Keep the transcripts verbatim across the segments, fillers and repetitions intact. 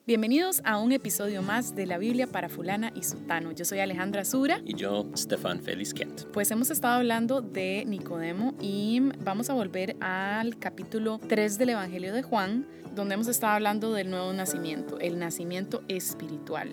Bienvenidos a un episodio más de la Biblia para fulana y sutano. Yo soy Alejandra Sura. Y yo, Stefan Félix Kent. Pues hemos estado hablando de Nicodemo y vamos a volver al capítulo tres del Evangelio de Juan, donde hemos estado hablando del nuevo nacimiento, el nacimiento espiritual.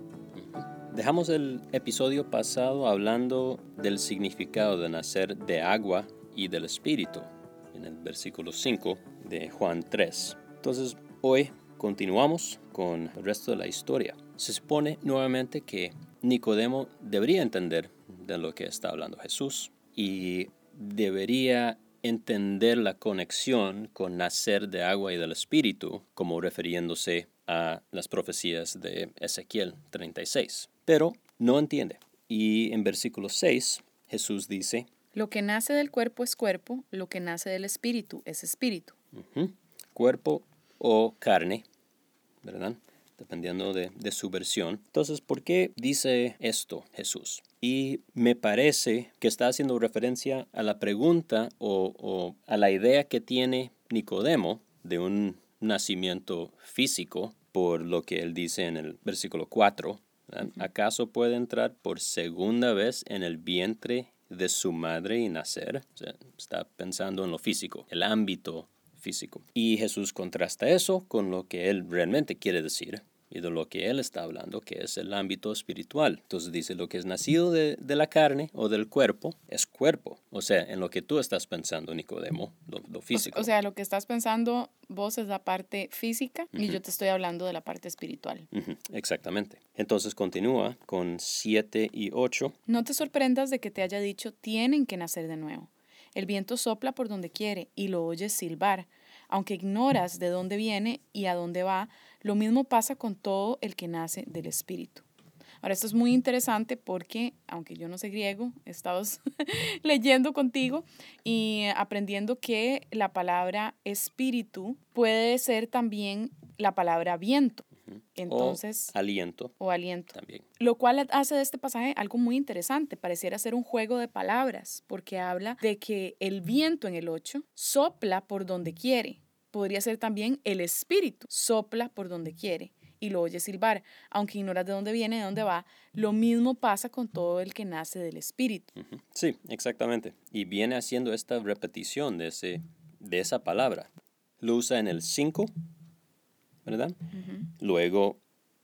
Dejamos el episodio pasado hablando del significado de nacer de agua y del espíritu, en el versículo cinco de Juan tres. Entonces, hoy continuamos con el resto de la historia. Se supone nuevamente que Nicodemo debería entender de lo que está hablando Jesús y debería entender la conexión con nacer de agua y del espíritu, como refiriéndose a las profecías de Ezequiel treinta y seis. Pero no entiende. Y en versículo seis, Jesús dice: Lo que nace del cuerpo es cuerpo, lo que nace del espíritu es espíritu. Uh-huh. Cuerpo o carne, ¿verdad? Dependiendo de, de su versión. Entonces, ¿por qué dice esto Jesús? Y me parece que está haciendo referencia a la pregunta o, o a la idea que tiene Nicodemo de un nacimiento físico, por lo que él dice en el versículo cuatro. ¿verdad? Uh-huh. ¿Acaso puede entrar por segunda vez en el vientre de su madre y nacer? O sea, está pensando en lo físico, el ámbito físico. Y Jesús contrasta eso con lo que él realmente quiere decir y de lo que él está hablando, que es el ámbito espiritual. Entonces dice, lo que es nacido de, de la carne o del cuerpo es cuerpo. O sea, en lo que tú estás pensando, Nicodemo, lo, lo físico. O, o sea, lo que estás pensando vos es la parte física uh-huh. y yo te estoy hablando de la parte espiritual. Uh-huh. Exactamente. Entonces continúa con siete y ocho. No te sorprendas de que te haya dicho, tienen que nacer de nuevo. El viento sopla por donde quiere y lo oyes silbar. Aunque ignoras de dónde viene y a dónde va, lo mismo pasa con todo el que nace del Espíritu. Ahora, esto es muy interesante porque, aunque yo no sé griego, he estado leyendo contigo y aprendiendo que la palabra espíritu puede ser también la palabra viento. Entonces, o aliento. O aliento. También. Lo cual hace de este pasaje algo muy interesante. Pareciera ser un juego de palabras, porque habla de que el viento en el ocho sopla por donde quiere. Podría ser también el espíritu, sopla por donde quiere y lo oye silbar. Aunque ignoras de dónde viene, de dónde va, lo mismo pasa con todo el que nace del espíritu. Uh-huh. Sí, exactamente. Y viene haciendo esta repetición de, ese, de esa palabra. Lo usa en el cinco, ¿verdad? Uh-huh. Luego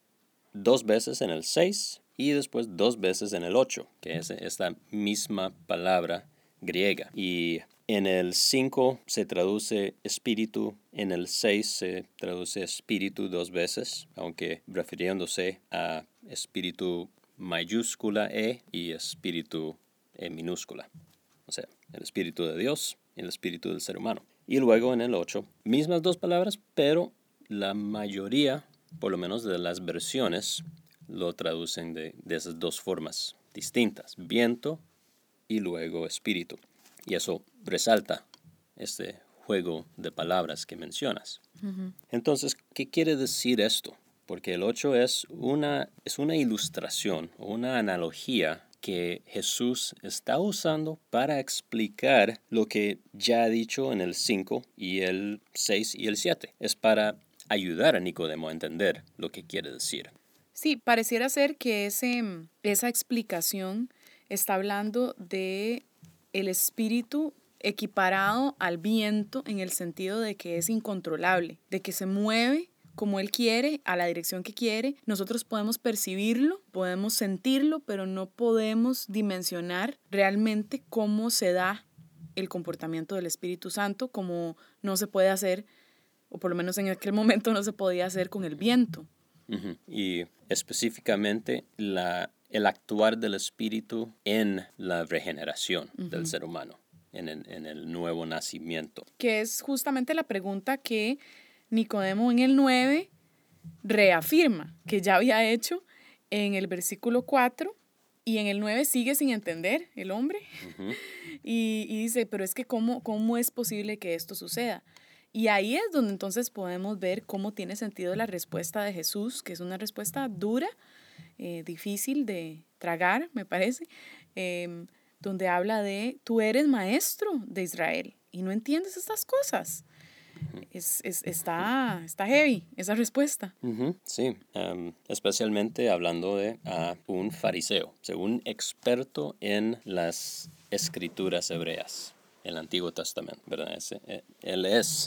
dos veces en el seis y después dos veces en el ocho, que es esta misma palabra griega. Y en el cinco se traduce espíritu, en el seis se traduce espíritu dos veces, aunque refiriéndose a espíritu mayúscula E y espíritu E minúscula. O sea, el espíritu de Dios y el espíritu del ser humano. Y luego en el ocho, mismas dos palabras, pero la mayoría, por lo menos de las versiones, lo traducen de, de esas dos formas distintas, viento y luego espíritu. Y eso resalta este juego de palabras que mencionas. Uh-huh. Entonces, ¿qué quiere decir esto? Porque el ocho es una, es una ilustración o una analogía que Jesús está usando para explicar lo que ya ha dicho en el cinco y el seis y el siete. Es para ayudar a Nicodemo a entender lo que quiere decir. Sí, pareciera ser que ese, esa explicación está hablando de el espíritu equiparado al viento en el sentido de que es incontrolable, de que se mueve como él quiere, a la dirección que quiere. Nosotros podemos percibirlo, podemos sentirlo, pero no podemos dimensionar realmente cómo se da el comportamiento del Espíritu Santo, como no se puede hacer, o por lo menos en aquel momento no se podía hacer con el viento. Uh-huh. Y específicamente la, el actuar del Espíritu en la regeneración uh-huh. del ser humano, en el, en el nuevo nacimiento. Que es justamente la pregunta que Nicodemo en el nueve reafirma, que ya había hecho en el versículo cuatro, y en el nueve sigue sin entender el hombre. Uh-huh. y, y dice, pero es que ¿cómo, cómo es posible que esto suceda? Y ahí es donde entonces podemos ver cómo tiene sentido la respuesta de Jesús, que es una respuesta dura, eh, difícil de tragar, me parece, eh, donde habla de, tú eres maestro de Israel y no entiendes estas cosas. Es, es, está, está heavy esa respuesta. Ujú, sí, um, especialmente hablando de uh, un fariseo, según experto en las escrituras hebreas, el Antiguo Testamento, ¿verdad? Ese, eh, él es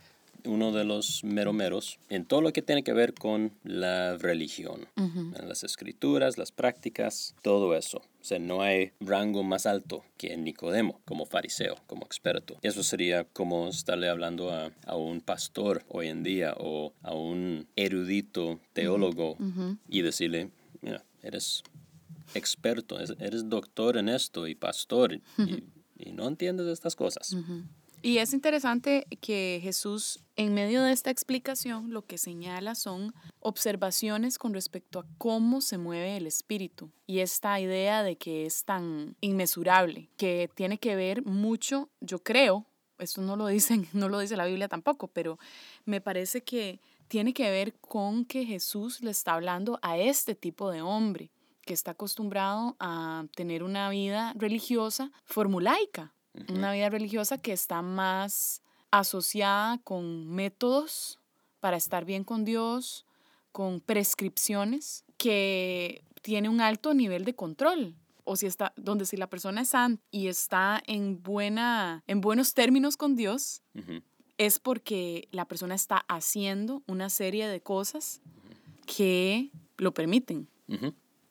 uno de los meromeros en todo lo que tiene que ver con la religión, Uh-huh. en las escrituras, las prácticas, todo eso. O sea, no hay rango más alto que Nicodemo como fariseo, como experto. Eso sería como estarle hablando a, a un pastor hoy en día o a un erudito teólogo Uh-huh. y decirle, mira, eres experto, eres doctor en esto y pastor y, y no entiendes estas cosas. Uh-huh. Y es interesante que Jesús, en medio de esta explicación, lo que señala son observaciones con respecto a cómo se mueve el espíritu y esta idea de que es tan inmesurable, que tiene que ver mucho, yo creo, esto no lo dicen, no lo dice la Biblia tampoco, pero me parece que tiene que ver con que Jesús le está hablando a este tipo de hombre que está acostumbrado a tener una vida religiosa formulaica. Una vida religiosa que está más asociada con métodos para estar bien con Dios, con prescripciones, que tiene un alto nivel de control. O si está, donde si la persona es santa y está en, buena, en buenos términos con Dios, uh-huh. es porque la persona está haciendo una serie de cosas uh-huh. que lo permiten. Uh-huh.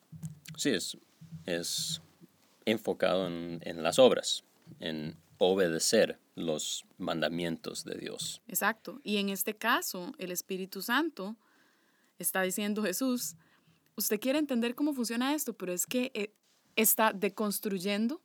Sí, es, es enfocado en, en las obras, en obedecer los mandamientos de Dios. Exacto. Y en este caso, el Espíritu Santo está diciendo Jesús, usted quiere entender cómo funciona esto, pero es que está deconstruyendo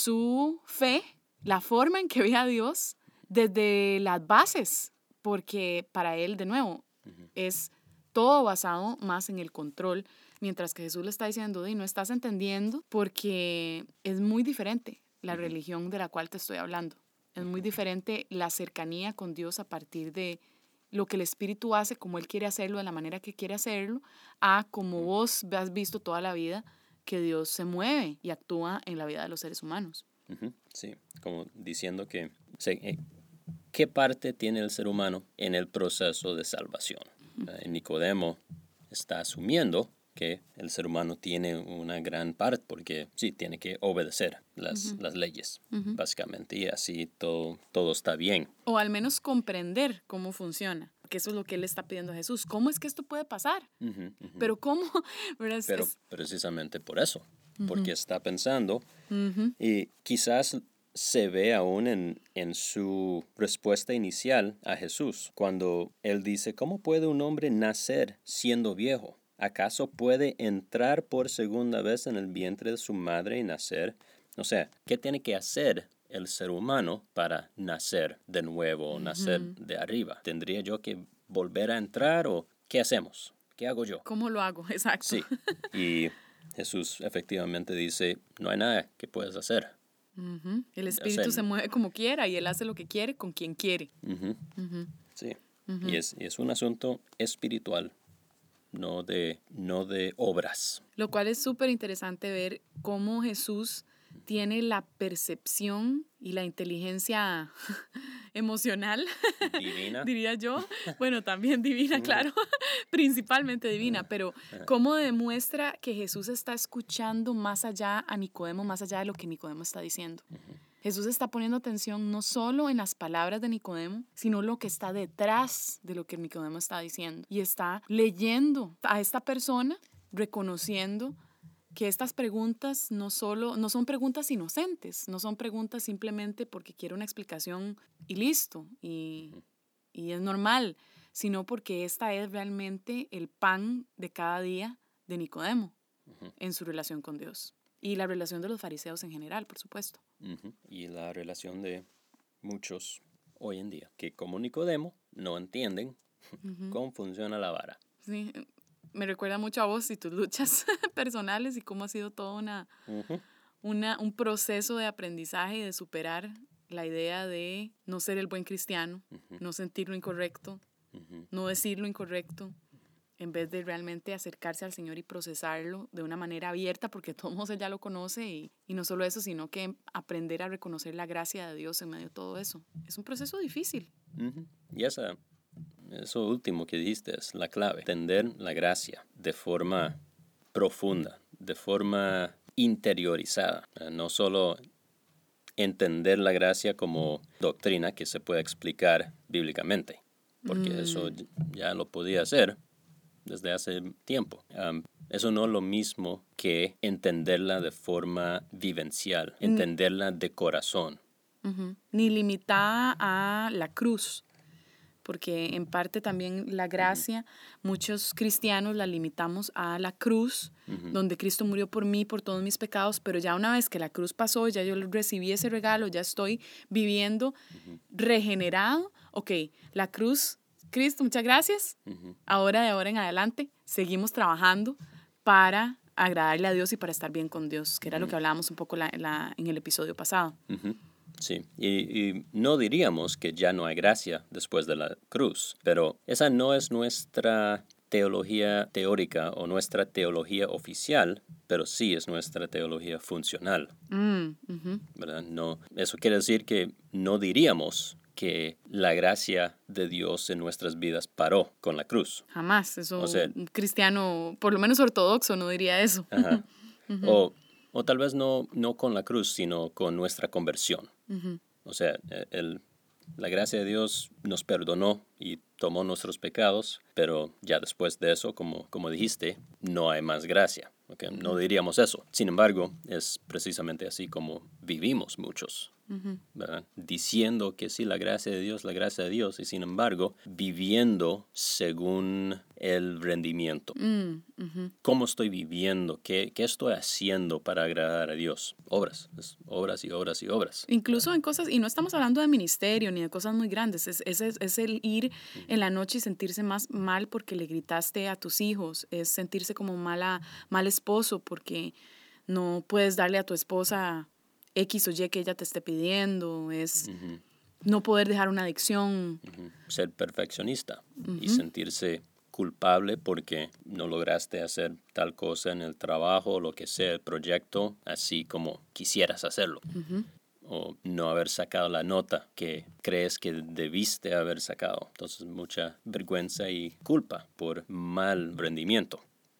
su fe, la forma en que ve a Dios desde las bases, porque para él, de nuevo, uh-huh. es todo basado más en el control, mientras que Jesús le está diciendo, no estás entendiendo porque es muy diferente la religión de la cual te estoy hablando. Es muy diferente la cercanía con Dios a partir de lo que el Espíritu hace, como Él quiere hacerlo, de la manera que quiere hacerlo, a como vos has visto toda la vida que Dios se mueve y actúa en la vida de los seres humanos. Uh-huh. Sí, como diciendo que, sí, ¿qué parte tiene el ser humano en el proceso de salvación? Uh, Nicodemo está asumiendo que el ser humano tiene una gran parte porque sí, tiene que obedecer las, uh-huh. las leyes, uh-huh. básicamente, y así todo, todo está bien. O al menos comprender cómo funciona, porque eso es lo que él está pidiendo a Jesús. ¿Cómo es que esto puede pasar? Uh-huh, uh-huh. Pero ¿cómo? ¿verdad? Pero es... precisamente por eso, uh-huh. porque está pensando uh-huh. y quizás se ve aún en, en su respuesta inicial a Jesús, cuando él dice, ¿cómo puede un hombre nacer siendo viejo? ¿Acaso puede entrar por segunda vez en el vientre de su madre y nacer? O sea, ¿qué tiene que hacer el ser humano para nacer de nuevo o nacer uh-huh. de arriba? ¿Tendría yo que volver a entrar o qué hacemos? ¿Qué hago yo? ¿Cómo lo hago? Exacto. Sí, y Jesús efectivamente dice, no hay nada que puedas hacer. Uh-huh. El Espíritu o sea, se mueve como quiera y Él hace lo que quiere con quien quiere. Uh-huh. Uh-huh. Sí, uh-huh. y, es, y es un asunto espiritual. No de, no de obras. Lo cual es súper interesante ver cómo Jesús tiene la percepción y la inteligencia emocional, divina, diría yo. Bueno, también divina, claro, principalmente divina, pero cómo demuestra que Jesús está escuchando más allá a Nicodemo, más allá de lo que Nicodemo está diciendo. Uh-huh. Jesús está poniendo atención no solo en las palabras de Nicodemo, sino lo que está detrás de lo que Nicodemo está diciendo. Y está leyendo a esta persona, reconociendo que estas preguntas no, solo, no son preguntas inocentes, no son preguntas simplemente porque quiere una explicación y listo, y, y es normal, sino porque esta es realmente el pan de cada día de Nicodemo uh-huh. en su relación con Dios. Y la relación de los fariseos en general, por supuesto. Uh-huh. Y la relación de muchos hoy en día, que como Nicodemo no entienden uh-huh. cómo funciona la vara. Sí, me recuerda mucho a vos y tus luchas personales y cómo ha sido todo una, uh-huh. una, un proceso de aprendizaje y de superar la idea de no ser el buen cristiano, uh-huh. no sentir lo incorrecto, uh-huh. no decir lo incorrecto, en vez de realmente acercarse al Señor y procesarlo de una manera abierta, porque de todos modos Él ya lo conoce, y, y no solo eso, sino que aprender a reconocer la gracia de Dios en medio de todo eso. Es un proceso difícil. Uh-huh. Y esa, eso último que dijiste es la clave, entender la gracia de forma profunda, de forma interiorizada, no solo entender la gracia como doctrina que se puede explicar bíblicamente, porque mm. eso ya lo podía hacer desde hace tiempo. Um, eso no es lo mismo que entenderla de forma vivencial, entenderla de corazón. Uh-huh. Ni limitada a la cruz, porque en parte también la gracia, uh-huh. muchos cristianos la limitamos a la cruz, uh-huh. donde Cristo murió por mí, por todos mis pecados, pero ya una vez que la cruz pasó, ya yo recibí ese regalo, ya estoy viviendo uh-huh. regenerado. Ok, la cruz, Cristo, muchas gracias. Uh-huh. Ahora, de ahora en adelante, seguimos trabajando para agradarle a Dios y para estar bien con Dios, que era uh-huh. lo que hablábamos un poco la, la, en el episodio pasado. Uh-huh. Sí, y, y no diríamos que ya no hay gracia después de la cruz, pero esa no es nuestra teología teórica o nuestra teología oficial, pero sí es nuestra teología funcional. Mm, uh-huh. ¿Verdad? No, eso quiere decir que no diríamos que la gracia de Dios en nuestras vidas paró con la cruz. Jamás, eso o sea, un cristiano, por lo menos ortodoxo, no diría eso. Ajá. Uh-huh. O, o tal vez no, no con la cruz, sino con nuestra conversión. Uh-huh. O sea, el, la gracia de Dios nos perdonó y tomó nuestros pecados, pero ya después de eso, como, como dijiste, no hay más gracia. ¿Okay? Uh-huh. No diríamos eso. Sin embargo, es precisamente así como vivimos muchos. Uh-huh. ¿Verdad? Diciendo que sí, la gracia de Dios, la gracia de Dios, y sin embargo, viviendo según el rendimiento. Mm, uh-huh. ¿Cómo estoy viviendo? ¿Qué, qué estoy haciendo para agradar a Dios? Obras, es obras y obras y obras. Incluso ¿verdad? En cosas, y no estamos hablando de ministerio ni de cosas muy grandes, es, es, es el ir uh-huh. en la noche y sentirse más mal porque le gritaste a tus hijos, es sentirse como mala, mal esposo porque no puedes darle a tu esposa X o Y que ella te esté pidiendo, es uh-huh. no poder dejar una adicción. Uh-huh. Ser perfeccionista uh-huh. y sentirse culpable porque no lograste hacer tal cosa en el trabajo, lo que sea, el proyecto, así como quisieras hacerlo. Uh-huh. O no haber sacado la nota que crees que debiste haber sacado. Entonces, mucha vergüenza y culpa por mal rendimiento.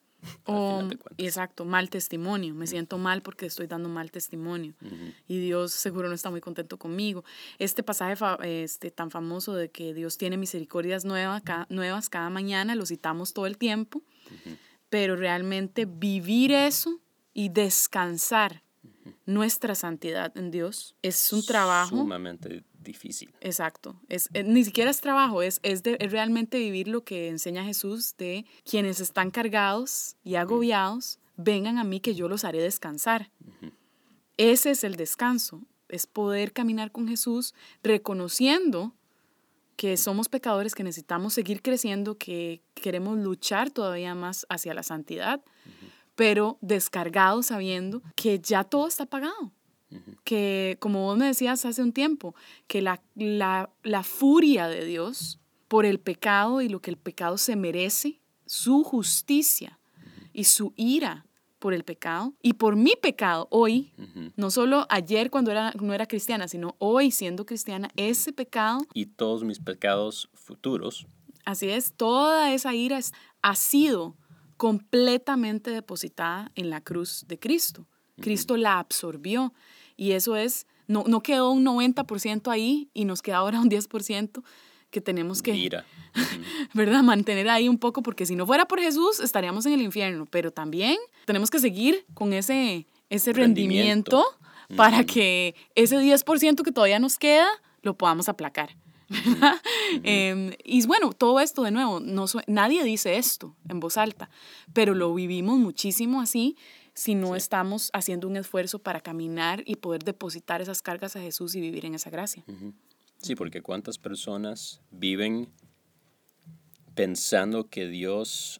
O, exacto, mal testimonio. Me uh-huh. siento mal porque estoy dando mal testimonio. Uh-huh. Y Dios seguro no está muy contento conmigo. Este pasaje fa- este, tan famoso de que Dios tiene misericordias nuevas cada, nuevas cada mañana, lo citamos todo el tiempo. Uh-huh. Pero realmente vivir eso y descansar uh-huh. nuestra santidad en Dios es un trabajo sumamente difícil. Exacto. Es, es, ni siquiera es trabajo, es, es, de, es realmente vivir lo que enseña Jesús de quienes están cargados y agobiados, uh-huh. vengan a mí que yo los haré descansar. Uh-huh. Ese es el descanso, es poder caminar con Jesús reconociendo que somos pecadores, que necesitamos seguir creciendo, que queremos luchar todavía más hacia la santidad, uh-huh. pero descargados sabiendo que ya todo está pagado. Que, como vos me decías hace un tiempo, que la, la, la furia de Dios por el pecado y lo que el pecado se merece, su justicia uh-huh. y su ira por el pecado y por mi pecado hoy, uh-huh. no solo ayer cuando era, no era cristiana, sino hoy siendo cristiana, uh-huh. ese pecado. Y todos mis pecados futuros. Así es, toda esa ira es, ha sido completamente depositada en la cruz de Cristo. Cristo uh-huh. la absorbió y eso es, no, no quedó un noventa por ciento ahí y nos queda ahora un diez por ciento que tenemos que, Mira. Uh-huh. ¿verdad? Mantener ahí un poco porque si no fuera por Jesús estaríamos en el infierno, pero también tenemos que seguir con ese, ese rendimiento, rendimiento uh-huh. para que ese diez por ciento que todavía nos queda lo podamos aplacar. ¿verdad? Uh-huh. eh, y bueno, todo esto de nuevo, no, nadie dice esto en voz alta, pero lo vivimos muchísimo así si no sí. estamos haciendo un esfuerzo para caminar y poder depositar esas cargas a Jesús y vivir en esa gracia. Uh-huh. Sí, porque cuántas personas viven pensando que Dios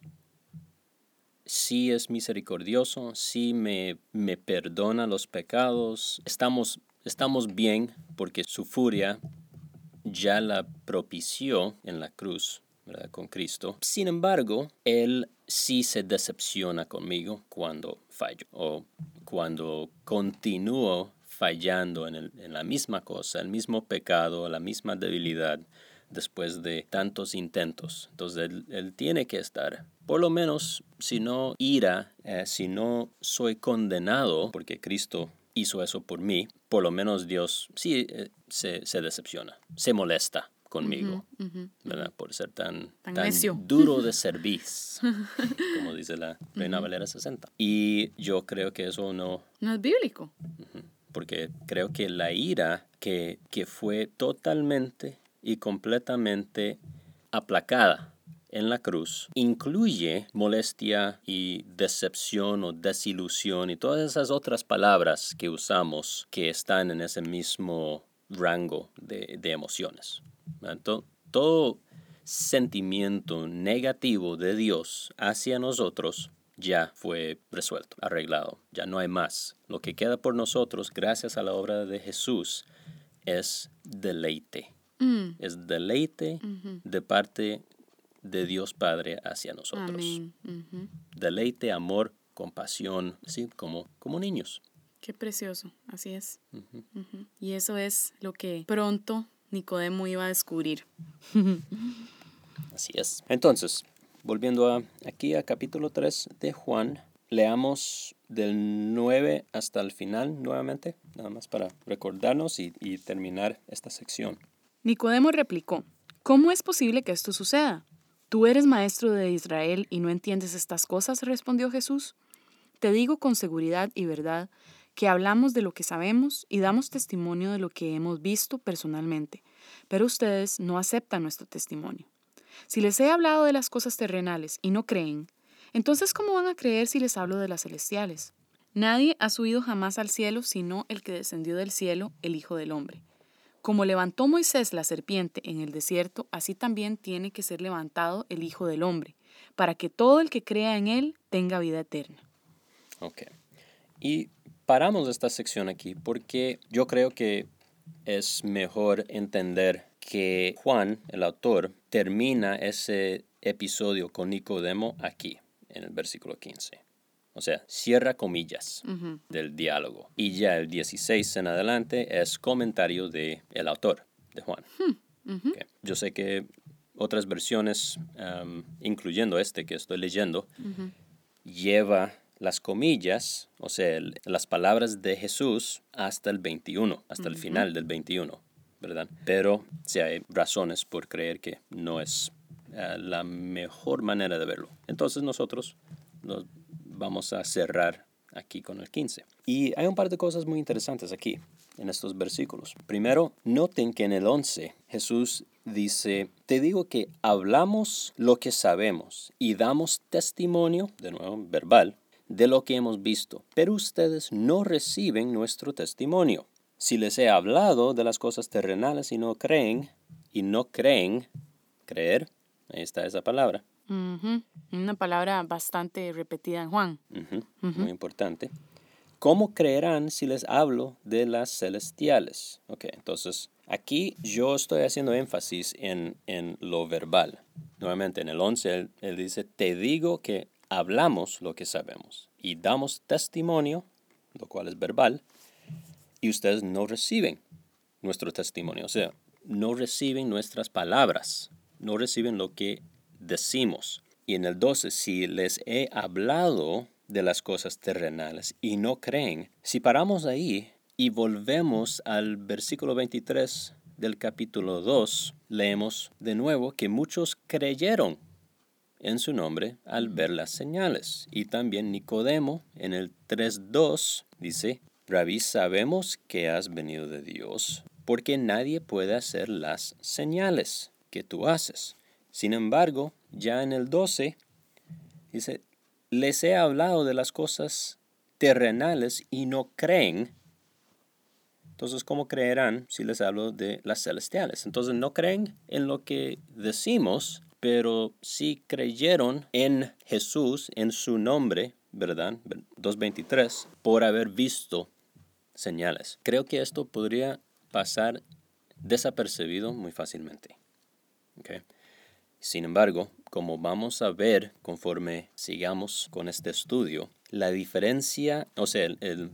sí es misericordioso, sí me, me perdona los pecados, estamos, estamos bien porque su furia ya la propició en la cruz, ¿verdad? Con Cristo. Sin embargo, Él sí se decepciona conmigo cuando fallo o cuando continúo fallando en, el, en la misma cosa, el mismo pecado, la misma debilidad después de tantos intentos. Entonces, Él, él tiene que estar, por lo menos, si no ira, eh, si no soy condenado, porque Cristo hizo eso por mí, por lo menos Dios sí eh, se, se decepciona, se molesta conmigo, Uh-huh, uh-huh, ¿verdad? Por ser tan, tan, tan necio. duro de cerviz, como dice la Reina Valera sesenta. Y yo creo que eso no... No es bíblico. Uh-huh, porque creo que la ira que, que fue totalmente y completamente aplacada en la cruz incluye molestia y decepción o desilusión y todas esas otras palabras que usamos que están en ese mismo rango de, de emociones. Entonces, todo sentimiento negativo de Dios hacia nosotros ya fue resuelto, arreglado, ya no hay más. Lo que queda por nosotros, gracias a la obra de Jesús, es deleite. Mm. Es deleite uh-huh. de parte de Dios Padre hacia nosotros. Amén. Uh-huh. Deleite, amor, compasión, así como, como niños. Qué precioso, así es. Uh-huh. Uh-huh. Y eso es lo que pronto Nicodemo iba a descubrir. Así es. Entonces, volviendo a, aquí a capítulo tres de Juan, leamos del nueve hasta el final nuevamente, nada más para recordarnos y, y terminar esta sección. Nicodemo replicó, ¿cómo es posible que esto suceda? ¿Tú eres maestro de Israel y no entiendes estas cosas?, respondió Jesús. Te digo con seguridad y verdad que hablamos de lo que sabemos y damos testimonio de lo que hemos visto personalmente, pero ustedes no aceptan nuestro testimonio. Si les he hablado de las cosas terrenales y no creen, entonces ¿cómo van a creer si les hablo de las celestiales? Nadie ha subido jamás al cielo sino el que descendió del cielo, el Hijo del Hombre. Como levantó Moisés la serpiente en el desierto, así también tiene que ser levantado el Hijo del Hombre, para que todo el que crea en él tenga vida eterna. Ok. Y paramos esta sección aquí porque yo creo que es mejor entender que Juan, el autor, termina ese episodio con Nicodemo aquí, en el versículo quince. O sea, cierra comillas uh-huh. del diálogo. Y ya el dieciséis en adelante es comentario del autor, de Juan. Uh-huh. Okay. Yo sé que otras versiones, um, incluyendo este que estoy leyendo, uh-huh. lleva las comillas, o sea, el, las palabras de Jesús hasta el veintiuno, hasta uh-huh. el final del veintiuno, ¿verdad? Pero sí hay razones por creer que no es uh, la mejor manera de verlo. Entonces nosotros nos vamos a cerrar aquí con el quince. Y hay un par de cosas muy interesantes aquí, en estos versículos. Primero, noten que en el once Jesús dice, te digo que hablamos lo que sabemos y damos testimonio, de nuevo, verbal, de lo que hemos visto, pero ustedes no reciben nuestro testimonio. Si les he hablado de las cosas terrenales y no creen, y no creen, creer, ahí está esa palabra. Uh-huh. Una palabra bastante repetida en Juan. Uh-huh. Uh-huh. Muy importante. ¿Cómo creerán si les hablo de las celestiales? Ok, entonces aquí yo estoy haciendo énfasis en, en lo verbal. Nuevamente en el once él, él dice, te digo que hablamos lo que sabemos y damos testimonio, lo cual es verbal, y ustedes no reciben nuestro testimonio. O sea, no reciben nuestras palabras, no reciben lo que decimos. Y en el doce, si les he hablado de las cosas terrenales y no creen, si paramos ahí y volvemos al versículo veintitrés del capítulo dos, leemos de nuevo que muchos creyeron en su nombre al ver las señales. Y también Nicodemo en el tres dos dice, Rabí, sabemos que has venido de Dios, porque nadie puede hacer las señales que tú haces. Sin embargo, ya en el doce, dice, les he hablado de las cosas terrenales y no creen. Entonces, ¿cómo creerán si les hablo de las celestiales? Entonces, no creen en lo que decimos, pero sí creyeron en Jesús, en su nombre, ¿verdad? dos veintitrés, por haber visto señales. Creo que esto podría pasar desapercibido muy fácilmente. ¿Okay? Sin embargo, como vamos a ver conforme sigamos con este estudio, la diferencia, o sea, el, el,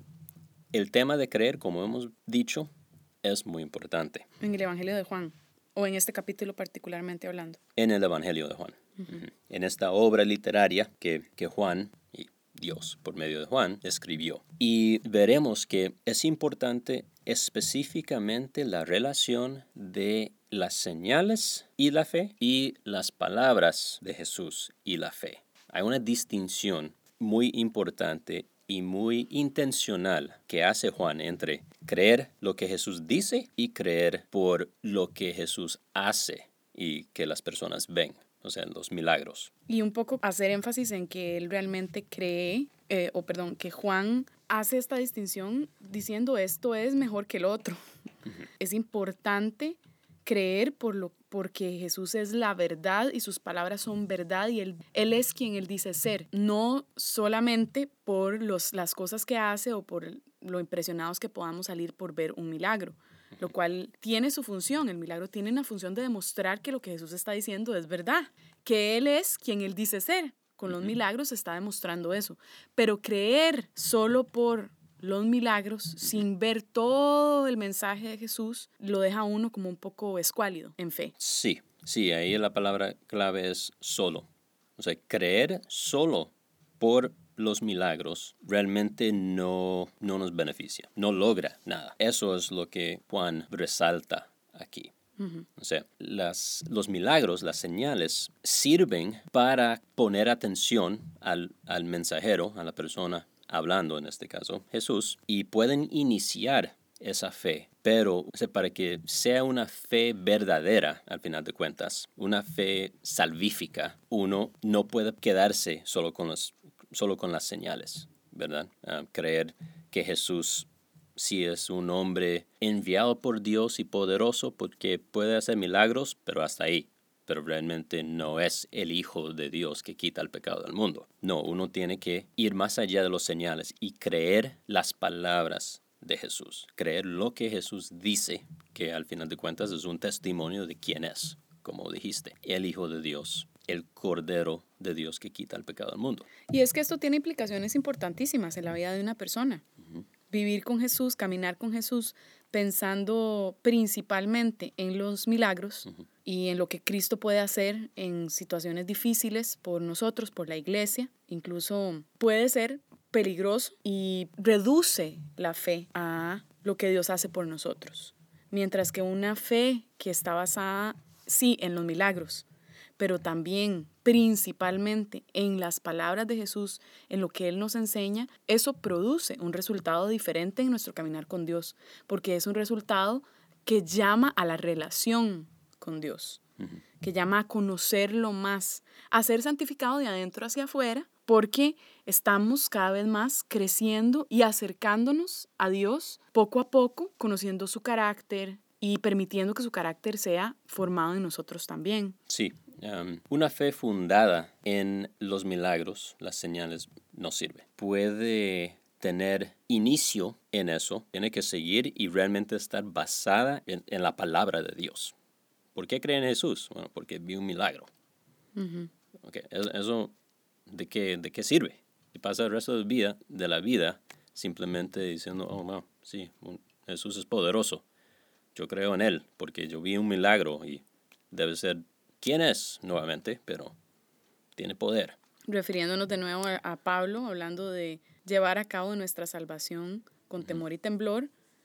el tema de creer, como hemos dicho, es muy importante. En el Evangelio de Juan, o en este capítulo particularmente hablando. En el Evangelio de Juan. Uh-huh. En esta obra literaria que, que Juan, y Dios por medio de Juan, escribió. Y veremos que es importante específicamente la relación de las señales y la fe y las palabras de Jesús y la fe. Hay una distinción muy importante y muy intencional que hace Juan entre creer lo que Jesús dice y creer por lo que Jesús hace y que las personas ven, o sea, los milagros. Y un poco hacer énfasis en que él realmente cree, eh, o perdón, que Juan hace esta distinción diciendo esto es mejor que el otro. Uh-huh. Es importante creer por lo, porque Jesús es la verdad y sus palabras son verdad y él, él es quien él dice ser, no solamente por los, las cosas que hace o por lo impresionados que podamos salir por ver un milagro, lo cual tiene su función. El milagro tiene una función de demostrar que lo que Jesús está diciendo es verdad, que Él es quien Él dice ser. Con los milagros está demostrando eso, pero creer solo por los milagros, sin ver todo el mensaje de Jesús, lo deja a uno como un poco escuálido en fe. Sí, sí, ahí la palabra clave es solo. O sea, creer solo por los milagros realmente no, no nos beneficia, no logra nada. Eso es lo que Juan resalta aquí. Uh-huh. O sea, las, los milagros, las señales, sirven para poner atención al, al mensajero, a la persona hablando en este caso, Jesús, y pueden iniciar esa fe, pero o sea, para que sea una fe verdadera, al final de cuentas, una fe salvífica, uno no puede quedarse solo con, los, solo con las señales, ¿verdad? Uh, creer que Jesús sí es un hombre enviado por Dios y poderoso porque puede hacer milagros, pero hasta ahí. Pero realmente no es el Hijo de Dios que quita el pecado del mundo. No, uno tiene que ir más allá de los señales y creer las palabras de Jesús. Creer lo que Jesús dice, que al final de cuentas es un testimonio de quién es, como dijiste, el Hijo de Dios, el Cordero de Dios que quita el pecado del mundo. Y es que esto tiene implicaciones importantísimas en la vida de una persona. Uh-huh. Vivir con Jesús, caminar con Jesús, pensando principalmente en los milagros uh-huh. y en lo que Cristo puede hacer en situaciones difíciles por nosotros, por la iglesia. Incluso puede ser peligroso y reduce la fe a lo que Dios hace por nosotros. Mientras que una fe que está basada, sí, en los milagros, pero también principalmente en las palabras de Jesús, en lo que Él nos enseña, eso produce un resultado diferente en nuestro caminar con Dios, porque es un resultado que llama a la relación con Dios, uh-huh. que llama a conocerlo más, a ser santificado de adentro hacia afuera, porque estamos cada vez más creciendo y acercándonos a Dios poco a poco, conociendo su carácter y permitiendo que su carácter sea formado en nosotros también. Sí. Um, una fe fundada en los milagros, las señales, no sirve. Puede tener inicio en eso, tiene que seguir y realmente estar basada en, en la palabra de Dios. ¿Por qué creen en Jesús? Bueno, porque vi un milagro. Uh-huh. Okay. ¿Eso de qué, de qué sirve? Y pasa el resto de, vida, de la vida simplemente diciendo, oh, no, sí, Jesús es poderoso. Yo creo en Él porque yo vi un milagro y debe ser quién es nuevamente, pero tiene poder. Refiriéndonos de nuevo a, a Pablo, hablando de llevar a cabo nuestra salvación con uh-huh. temor y temblor,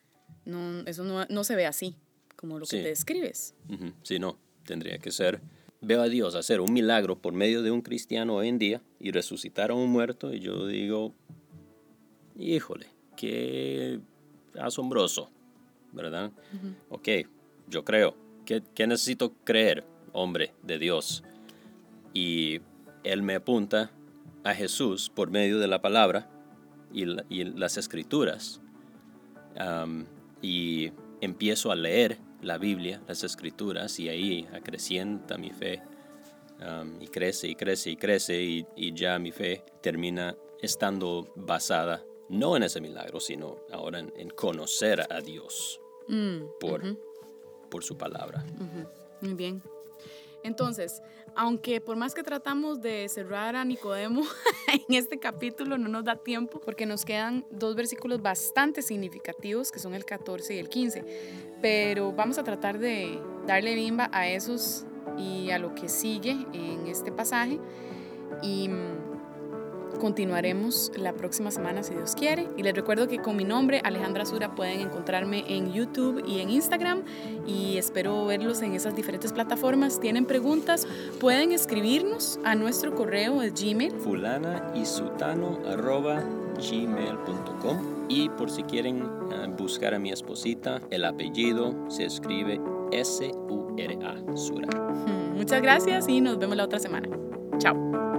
no, eso no, no se ve así, como lo que sí. te describes. Uh-huh. Sí, no, tendría que ser, veo a Dios hacer un milagro por medio de un cristiano hoy en día y resucitar a un muerto y yo digo, híjole, qué asombroso, ¿verdad? Uh-huh. Ok, yo creo, ¿qué, qué necesito creer? Hombre de Dios, y Él me apunta a Jesús por medio de la palabra y, la, y las escrituras, um, y empiezo a leer la Biblia, las escrituras, y ahí acrecienta mi fe, um, y crece y crece y crece, y, y ya mi fe termina estando basada no en ese milagro, sino ahora en, en conocer a Dios mm, por, uh-huh. por su palabra. Uh-huh. Muy bien. Entonces, aunque por más que tratamos de cerrar a Nicodemo en este capítulo, no nos da tiempo porque nos quedan dos versículos bastante significativos, que son el catorce y el quince. Pero vamos a tratar de darle bimba a esos y a lo que sigue en este pasaje. Y continuaremos la próxima semana si Dios quiere, y les recuerdo que con mi nombre Alejandra Sura pueden encontrarme en YouTube y en Instagram, y espero verlos en esas diferentes plataformas. ¿Tienen preguntas? Pueden escribirnos a nuestro correo de Gmail, fulana y sutano arroba gmail punto com, y por si quieren uh, buscar a mi esposita, el apellido se escribe S U R A, Sura. Muchas gracias y nos vemos la otra semana. Chao.